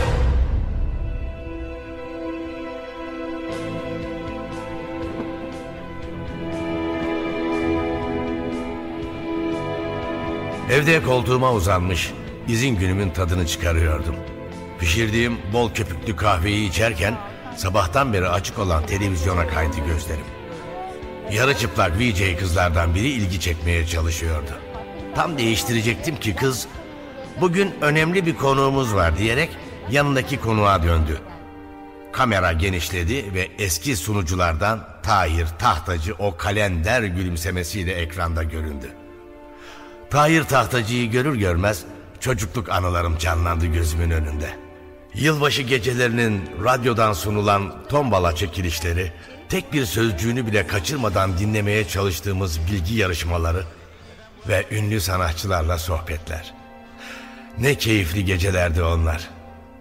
Evde koltuğuma uzanmış, izin günümün tadını çıkarıyordum. Pişirdiğim bol köpüklü kahveyi içerken sabahtan beri açık olan televizyona kaydı gözlerim. Yarı çıplak VJ kızlardan biri ilgi çekmeye çalışıyordu. Tam değiştirecektim ki kız, "Bugün önemli bir konuğumuz var" diyerek yanındaki konuğa döndü. Kamera genişledi ve eski sunuculardan Tahir Tahtacı o kalender gülümsemesiyle ekranda göründü. Tahir Tahtacı'yı görür görmez çocukluk anılarım canlandı gözümün önünde. Yılbaşı gecelerinin radyodan sunulan tombala çekilişleri, tek bir sözcüğünü bile kaçırmadan dinlemeye çalıştığımız bilgi yarışmaları ve ünlü sanatçılarla sohbetler. Ne keyifli gecelerdi onlar.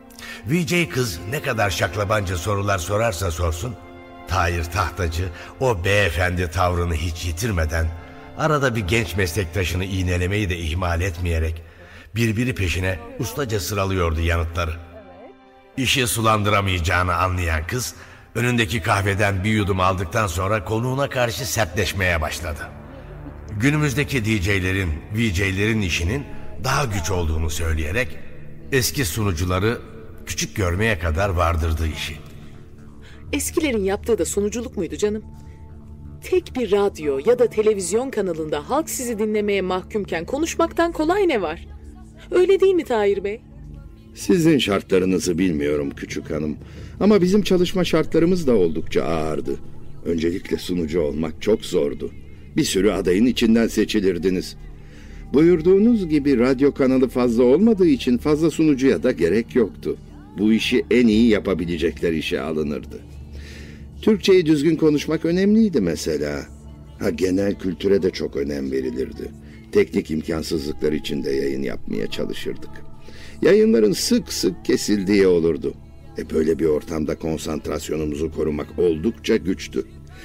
VJ kız ne kadar şaklabanca sorular sorarsa sorsun, Tahir Tahtacı o beyefendi tavrını hiç yitirmeden, arada bir genç meslektaşını iğnelemeyi de ihmal etmeyerek birbiri peşine ustaca sıralıyordu yanıtları. İşi sulandıramayacağını anlayan kız, önündeki kahveden bir yudum aldıktan sonra konuğuna karşı sertleşmeye başladı. Günümüzdeki DJ'lerin, VJ'lerin işinin daha güç olduğunu söyleyerek eski sunucuları küçük görmeye kadar vardırdı işi. Eskilerin yaptığı da sunuculuk muydu canım? Tek bir radyo ya da televizyon kanalında halk sizi dinlemeye mahkumken konuşmaktan kolay ne var? Öyle değil mi Tahir Bey? Sizin şartlarınızı bilmiyorum küçük hanım. Ama bizim çalışma şartlarımız da oldukça ağırdı. Öncelikle sunucu olmak çok zordu. Bir sürü adayın içinden seçilirdiniz. Buyurduğunuz gibi radyo kanalı fazla olmadığı için fazla sunucuya da gerek yoktu. Bu işi en iyi yapabilecekler işe alınırdı. Türkçeyi düzgün konuşmak önemliydi mesela. Genel kültüre de çok önem verilirdi. Teknik imkansızlıklar içinde yayın yapmaya çalışırdık. Yayınların sık sık kesildiği olurdu. Böyle bir ortamda konsantrasyonumuzu korumak oldukça güçtü.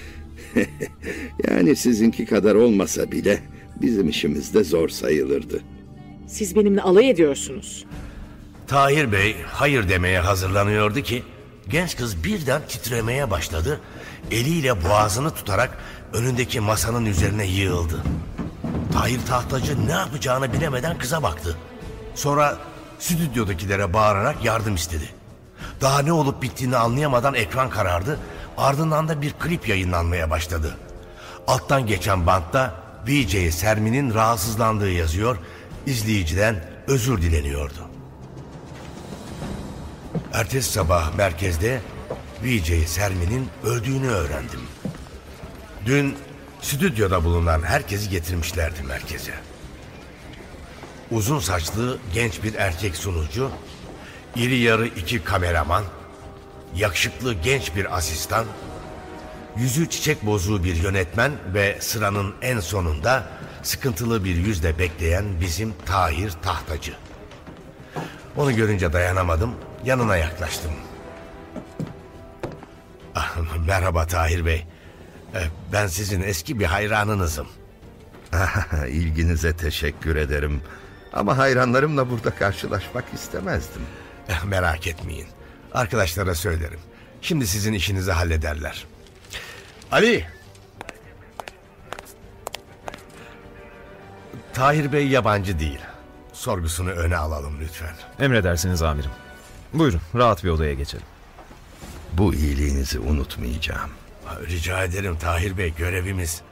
Yani sizinki kadar olmasa bile bizim işimiz de zor sayılırdı. Siz benimle alay ediyorsunuz. Tahir Bey hayır demeye hazırlanıyordu ki genç kız birden titremeye başladı. Eliyle boğazını tutarak önündeki masanın üzerine yığıldı. Tahir Tahtacı ne yapacağını bilemeden kıza baktı. Sonra stüdyodakilere bağırarak yardım istedi. Daha ne olup bittiğini anlayamadan ekran karardı. Ardından da bir klip yayınlanmaya başladı. Alttan geçen bantta VJ Sermin'in rahatsızlandığı yazıyor, izleyiciden özür dileniyordu. Ertesi sabah merkezde VJ Sermin'in öldüğünü öğrendim. Dün stüdyoda bulunan herkesi getirmişlerdi merkeze. Uzun saçlı genç bir erkek sunucu, iri yarı 2 kameraman, yakışıklı genç bir asistan, yüzü çiçek bozuğu bir yönetmen ve sıranın en sonunda sıkıntılı bir yüzle bekleyen bizim Tahir Tahtacı. Onu görünce dayanamadım, yanına yaklaştım. Merhaba Tahir Bey. Ben sizin eski bir hayranınızım. İlginize teşekkür ederim. Ama hayranlarımla burada karşılaşmak istemezdim. Merak etmeyin. Arkadaşlara söylerim. Şimdi sizin işinizi hallederler. Ali! Tahir Bey yabancı değil. Sorgusunu öne alalım lütfen. Emredersiniz amirim. Buyurun, rahat bir odaya geçelim. Bu iyiliğinizi unutmayacağım. Rica ederim Tahir Bey, görevimiz.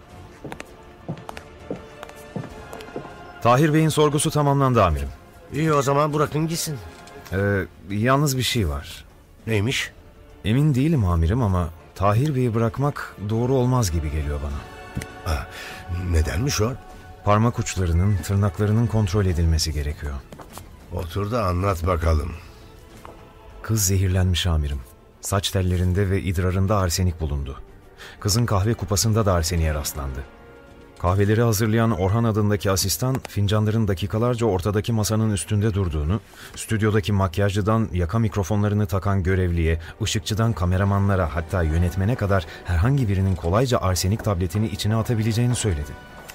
Tahir Bey'in sorgusu tamamlandı amirim. İyi, o zaman bırakın gitsin. Yalnız bir şey var. Neymiş? Emin değilim amirim ama Tahir Bey'i bırakmak doğru olmaz gibi geliyor bana. Nedenmiş o? Parmak uçlarının, tırnaklarının kontrol edilmesi gerekiyor. Otur da anlat bakalım. Kız zehirlenmiş amirim. Saç tellerinde ve idrarında arsenik bulundu. Kızın kahve kupasında da arseniğe rastlandı. Kahveleri hazırlayan Orhan adındaki asistan, fincanların dakikalarca ortadaki masanın üstünde durduğunu, stüdyodaki makyajcıdan yaka mikrofonlarını takan görevliye, ışıkçıdan kameramanlara, hatta yönetmene kadar herhangi birinin kolayca arsenik tabletini içine atabileceğini söyledi.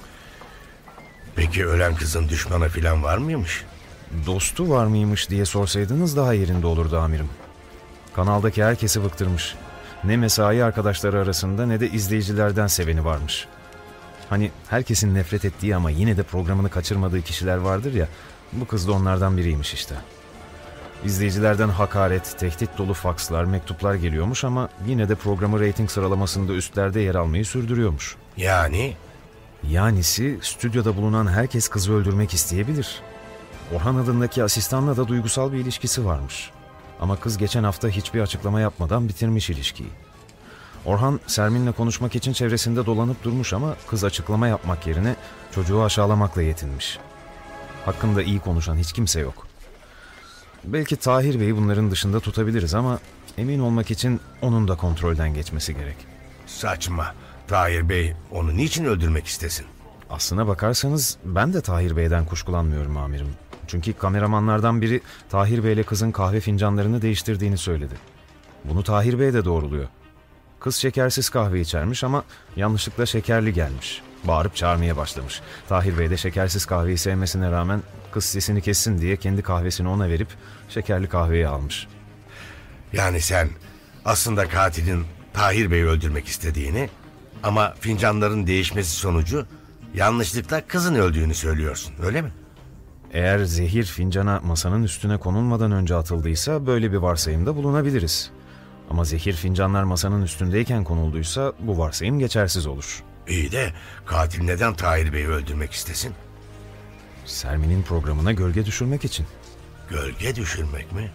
Peki ölen kızın düşmanı falan var mıymış? Dostu var mıymış diye sorsaydınız daha yerinde olurdu amirim. Kanaldaki herkesi bıktırmış. Ne mesai arkadaşları arasında ne de izleyicilerden seveni varmış. Hani herkesin nefret ettiği ama yine de programını kaçırmadığı kişiler vardır ya, bu kız da onlardan biriymiş işte. İzleyicilerden hakaret, tehdit dolu fakslar, mektuplar geliyormuş ama yine de programı reyting sıralamasında üstlerde yer almayı sürdürüyormuş. Yanisi stüdyoda bulunan herkes kızı öldürmek isteyebilir. Orhan adındaki asistanla da duygusal bir ilişkisi varmış. Ama kız geçen hafta hiçbir açıklama yapmadan bitirmiş ilişkiyi. Orhan, Sermin'le konuşmak için çevresinde dolanıp durmuş ama kız açıklama yapmak yerine çocuğu aşağılamakla yetinmiş. Hakkında iyi konuşan hiç kimse yok. Belki Tahir Bey'i bunların dışında tutabiliriz ama emin olmak için onun da kontrolden geçmesi gerek. Saçma. Tahir Bey onu niçin öldürmek istesin? Aslına bakarsanız ben de Tahir Bey'den kuşkulanmıyorum amirim. Çünkü kameramanlardan biri Tahir Bey ile kızın kahve fincanlarını değiştirdiğini söyledi. Bunu Tahir Bey de doğruluyor. Kız şekersiz kahve içermiş ama yanlışlıkla şekerli gelmiş. Bağırıp çağırmaya başlamış. Tahir Bey de şekersiz kahveyi sevmesine rağmen kız sesini kessin diye kendi kahvesini ona verip şekerli kahveyi almış. Yani sen aslında katilin Tahir Bey'i öldürmek istediğini ama fincanların değişmesi sonucu yanlışlıkla kızın öldüğünü söylüyorsun, öyle mi? Eğer zehir fincana masanın üstüne konulmadan önce atıldıysa böyle bir varsayımda bulunabiliriz. Ama zehir fincanlar masanın üstündeyken konulduysa bu varsayım geçersiz olur. İyi de katil neden Tahir Bey'i öldürmek istesin? Sermi'nin programına gölge düşürmek için. Gölge düşürmek mi?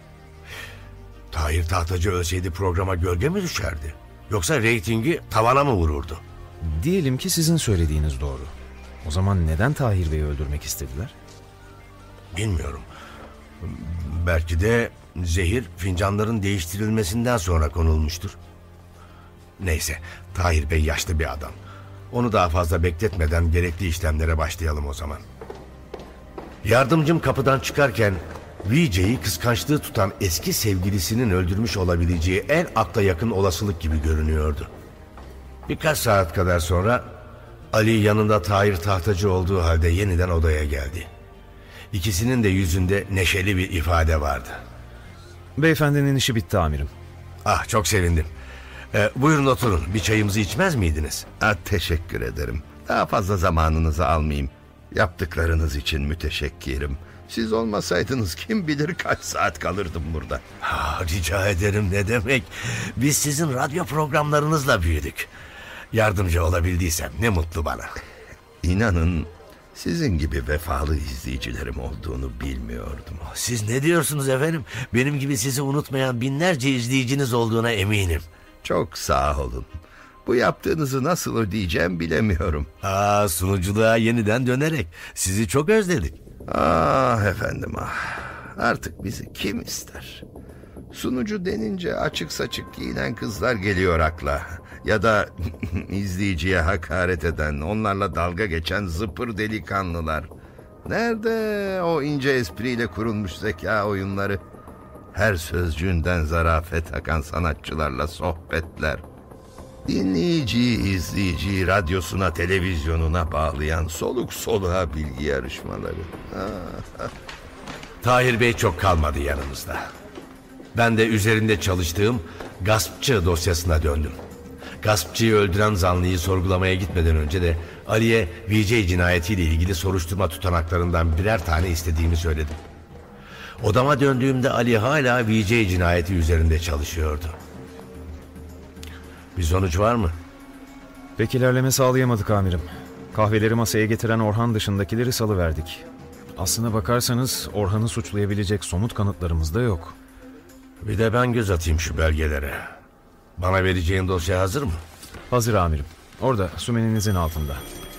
Tahir Tahtacı ölseydi programa gölge mi düşerdi? Yoksa reytingi tavana mı vururdu? Diyelim ki sizin söylediğiniz doğru. O zaman neden Tahir Bey'i öldürmek istediler? Bilmiyorum. Belki de zehir fincanların değiştirilmesinden sonra konulmuştur. Neyse, Tahir Bey yaşlı bir adam. Onu daha fazla bekletmeden gerekli işlemlere başlayalım o zaman. Yardımcım kapıdan çıkarken VJ'yi kıskançlığı tutan eski sevgilisinin öldürmüş olabileceği en akla yakın olasılık gibi görünüyordu. Birkaç saat kadar sonra Ali yanında Tahir Tahtacı olduğu halde yeniden odaya geldi. İkisinin de yüzünde neşeli bir ifade vardı. Beyefendinin işi bitti amirim. Ah, çok sevindim. Buyurun oturun, bir çayımızı içmez miydiniz? Teşekkür ederim. Daha fazla zamanınızı almayayım. Yaptıklarınız için müteşekkirim. Siz olmasaydınız kim bilir kaç saat kalırdım burada. Rica ederim, ne demek. Biz sizin radyo programlarınızla büyüdük. Yardımcı olabildiysem ne mutlu bana. İnanın sizin gibi vefalı izleyicilerim olduğunu bilmiyordum. Siz ne diyorsunuz efendim? Benim gibi sizi unutmayan binlerce izleyiciniz olduğuna eminim. Çok sağ olun. Bu yaptığınızı nasıl ödeyeceğim bilemiyorum. Sunuculuğa yeniden dönerek sizi çok özledik. Efendim artık bizi kim ister? Sunucu denince açık saçık giyinen kızlar geliyor akla. Ya da izleyiciye hakaret eden, onlarla dalga geçen zıpır delikanlılar. Nerede o ince espriyle kurulmuş zeka oyunları? Her sözcüğünden zarafet akan sanatçılarla sohbetler. Dinleyiciyi, izleyiciyi radyosuna, televizyonuna bağlayan soluk soluğa bilgi yarışmaları. Tahir Bey çok kalmadı yanımızda. Ben de üzerinde çalıştığım gaspçı dosyasına döndüm. Gaspçıyı öldüren zanlıyı sorgulamaya gitmeden önce de Ali'ye VJ cinayetiyle ilgili soruşturma tutanaklarından birer tane istediğimi söyledim. Odama döndüğümde Ali hala VJ cinayeti üzerinde çalışıyordu. Bir sonuç var mı? Pek ilerleme sağlayamadık amirim. Kahveleri masaya getiren Orhan dışındakileri salıverdik. Aslına bakarsanız Orhan'ı suçlayabilecek somut kanıtlarımız da yok. Bir de ben göz atayım şu belgelere. Bana vereceğin dosya hazır mı? Hazır amirim. Orada sümeninizin altında.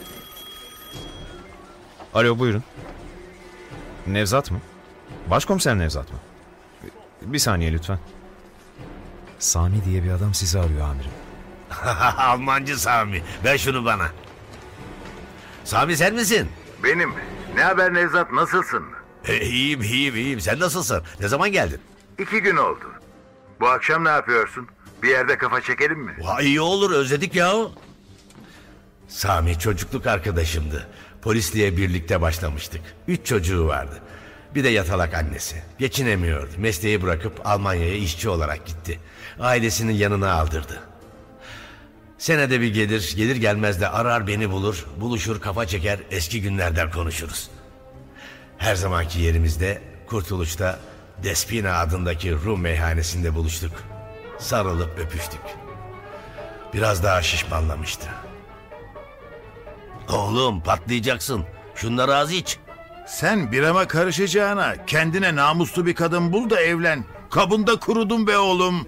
Alo, buyurun. Nevzat mı? Başkomiser Nevzat mı? Bir saniye lütfen. Sami diye bir adam sizi arıyor amirim. Almancı Sami. Ver şunu bana. Sami, sen misin? Benim. Ne haber Nevzat, nasılsın? İyiyim. Sen nasılsın? Ne zaman geldin? 2 gün oldu. Bu akşam ne yapıyorsun? Bir yerde kafa çekelim mi? İyi olur, özledik yahu. Sami çocukluk arkadaşımdı. Polisliğe birlikte başlamıştık. 3 çocuğu vardı. Bir de yatalak annesi. Geçinemiyordu. Mesleği bırakıp Almanya'ya işçi olarak gitti. Ailesinin yanına aldırdı. Senede bir gelir gelmez de arar beni bulur. Buluşur, kafa çeker, eski günlerden konuşuruz. Her zamanki yerimizde Kurtuluş'ta Despina adındaki Rum meyhanesinde buluştuk. Sarılıp öpüştük. Biraz daha şişmanlamıştı. Oğlum, patlayacaksın. Şunları az iç. Sen birama karışacağına kendine namuslu bir kadın bul da evlen. Kabında kurudun be oğlum.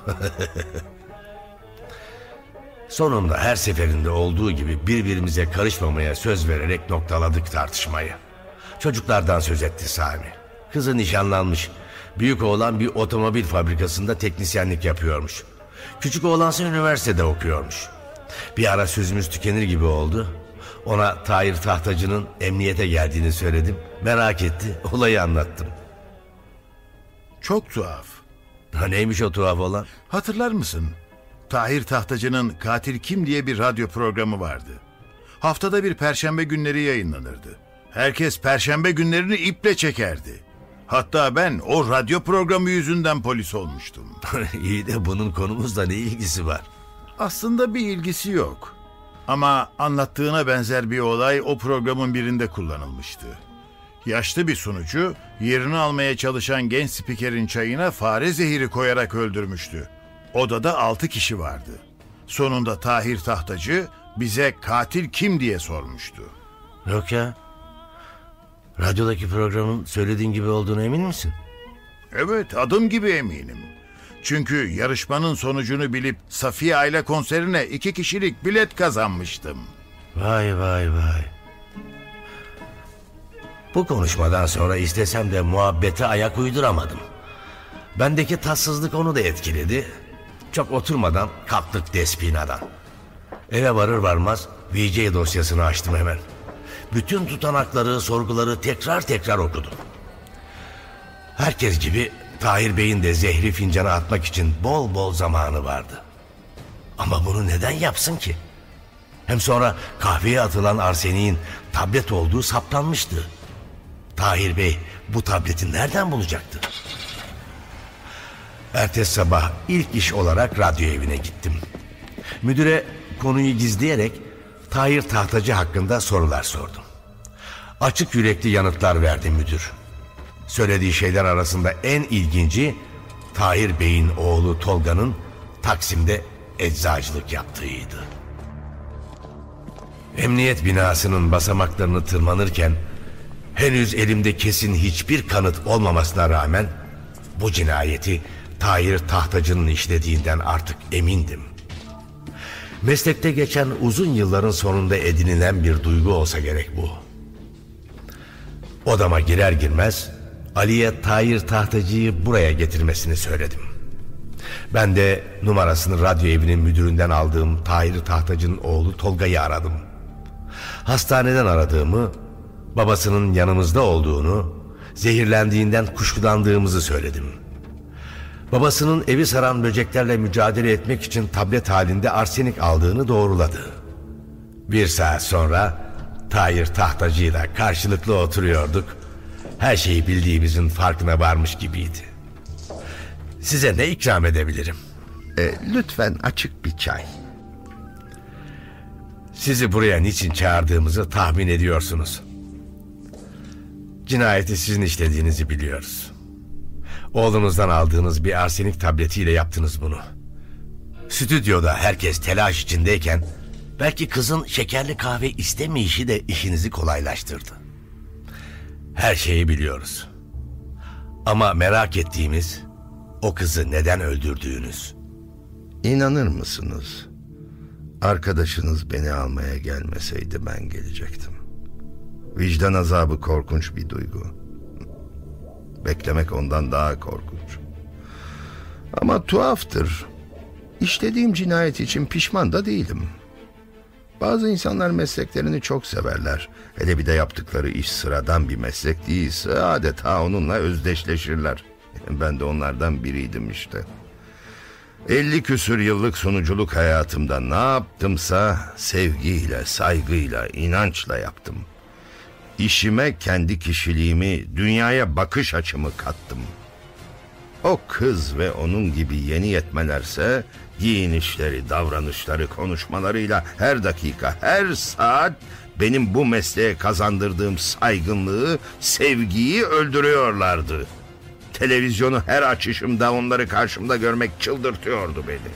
Sonunda her seferinde olduğu gibi birbirimize karışmamaya söz vererek noktaladık tartışmayı. Çocuklardan söz etti Sami. Kızı nişanlanmış. Büyük oğlan bir otomobil fabrikasında teknisyenlik yapıyormuş. Küçük oğlansa üniversitede okuyormuş. Bir ara sözümüz tükenir gibi oldu. Ona Tahir Tahtacı'nın emniyete geldiğini söyledim. Merak etti, olayı anlattım. Çok tuhaf. Neymiş o tuhaf olan? Hatırlar mısın? Tahir Tahtacı'nın Katil Kim diye bir radyo programı vardı. Haftada bir perşembe günleri yayınlanırdı. Herkes perşembe günlerini iple çekerdi. Hatta ben o radyo programı yüzünden polis olmuştum. İyi de bunun konumuzla ne ilgisi var? Aslında bir ilgisi yok. Ama anlattığına benzer bir olay o programın birinde kullanılmıştı. Yaşlı bir sunucu yerini almaya çalışan genç spikerin çayına fare zehiri koyarak öldürmüştü. Odada 6 kişi vardı. Sonunda Tahir Tahtacı bize katil kim diye sormuştu. Yok ya. Radyodaki programın söylediğin gibi olduğuna emin misin? Evet, adım gibi eminim. Çünkü yarışmanın sonucunu bilip Safiye Aile konserine 2 kişilik bilet kazanmıştım. Vay vay vay. Bu konuşmadan sonra istesem de muhabbete ayak uyduramadım. Bendeki tatsızlık onu da etkiledi. Çok oturmadan kalktık despinadan. Eve varır varmaz VJ dosyasını açtım hemen. Bütün tutanakları, sorguları tekrar okudum. Herkes gibi Tahir Bey'in de zehri fincana atmak için bol bol zamanı vardı. Ama bunu neden yapsın ki? Hem sonra kahveye atılan arseniğin tablet olduğu saptanmıştı. Tahir Bey bu tableti nereden bulacaktı? Ertesi sabah ilk iş olarak radyo evine gittim. Müdüre konuyu gizleyerek Tahir Tahtacı hakkında sorular sordum. Açık yürekli yanıtlar verdi müdür. Söylediği şeyler arasında en ilginci Tahir Bey'in oğlu Tolga'nın Taksim'de eczacılık yaptığıydı. Emniyet binasının basamaklarını tırmanırken henüz elimde kesin hiçbir kanıt olmamasına rağmen bu cinayeti Tahir Tahtacı'nın işlediğinden artık emindim. Meslekte geçen uzun yılların sonunda edinilen bir duygu olsa gerek bu. Odama girer girmez Ali'ye Tahir Tahtacı'yı buraya getirmesini söyledim. Ben de numarasını radyo evinin müdüründen aldığım Tahir Tahtacı'nın oğlu Tolga'yı aradım. Hastaneden aradığımı, babasının yanımızda olduğunu, zehirlendiğinden kuşkulandığımızı söyledim. Babasının evi saran böceklerle mücadele etmek için tablet halinde arsenik aldığını doğruladı. 1 saat sonra Tahir Tahtacı'yla karşılıklı oturuyorduk. Her şeyi bildiğimizin farkına varmış gibiydi. Size ne ikram edebilirim? Lütfen açık bir çay. Sizi buraya niçin çağırdığımızı tahmin ediyorsunuz. Cinayeti sizin işlediğinizi biliyoruz. Oğlunuzdan aldığınız bir arsenik tabletiyle yaptınız bunu. Stüdyoda herkes telaş içindeyken belki kızın şekerli kahve istemeyişi de işinizi kolaylaştırdı. Her şeyi biliyoruz. Ama merak ettiğimiz o kızı neden öldürdüğünüz. İnanır mısınız? Arkadaşınız beni almaya gelmeseydi ben gelecektim. Vicdan azabı korkunç bir duygu. Beklemek ondan daha korkunç. Ama tuhaftır. İşlediğim cinayet için pişman da değilim. Bazı insanlar mesleklerini çok severler. Hele bir de yaptıkları iş sıradan bir meslek değilse adeta onunla özdeşleşirler. Ben de onlardan biriydim işte. 50 küsür yıllık sunuculuk hayatımda ne yaptımsa sevgiyle, saygıyla, inançla yaptım. İşime kendi kişiliğimi, dünyaya bakış açımı kattım. O kız ve onun gibi yeni yetmelerse giyinişleri, davranışları, konuşmalarıyla her dakika, her saat benim bu mesleğe kazandırdığım saygınlığı, sevgiyi öldürüyorlardı. Televizyonu her açışımda onları karşımda görmek çıldırtıyordu beni.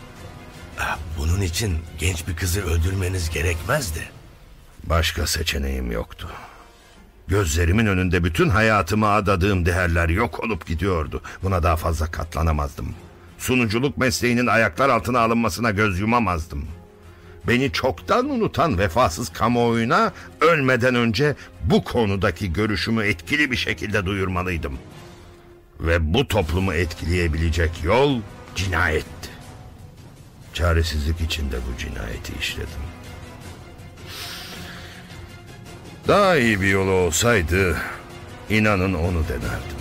Bunun için genç bir kızı öldürmeniz gerekmezdi. Başka seçeneğim yoktu. Gözlerimin önünde bütün hayatımı adadığım değerler yok olup gidiyordu. Buna daha fazla katlanamazdım. Sunuculuk mesleğinin ayaklar altına alınmasına göz yumamazdım. Beni çoktan unutan vefasız kamuoyuna ölmeden önce bu konudaki görüşümü etkili bir şekilde duyurmalıydım. Ve bu toplumu etkileyebilecek yol cinayetti. Çaresizlik içinde bu cinayeti işledim. Daha iyi bir yolu olsaydı inanın onu denerdim.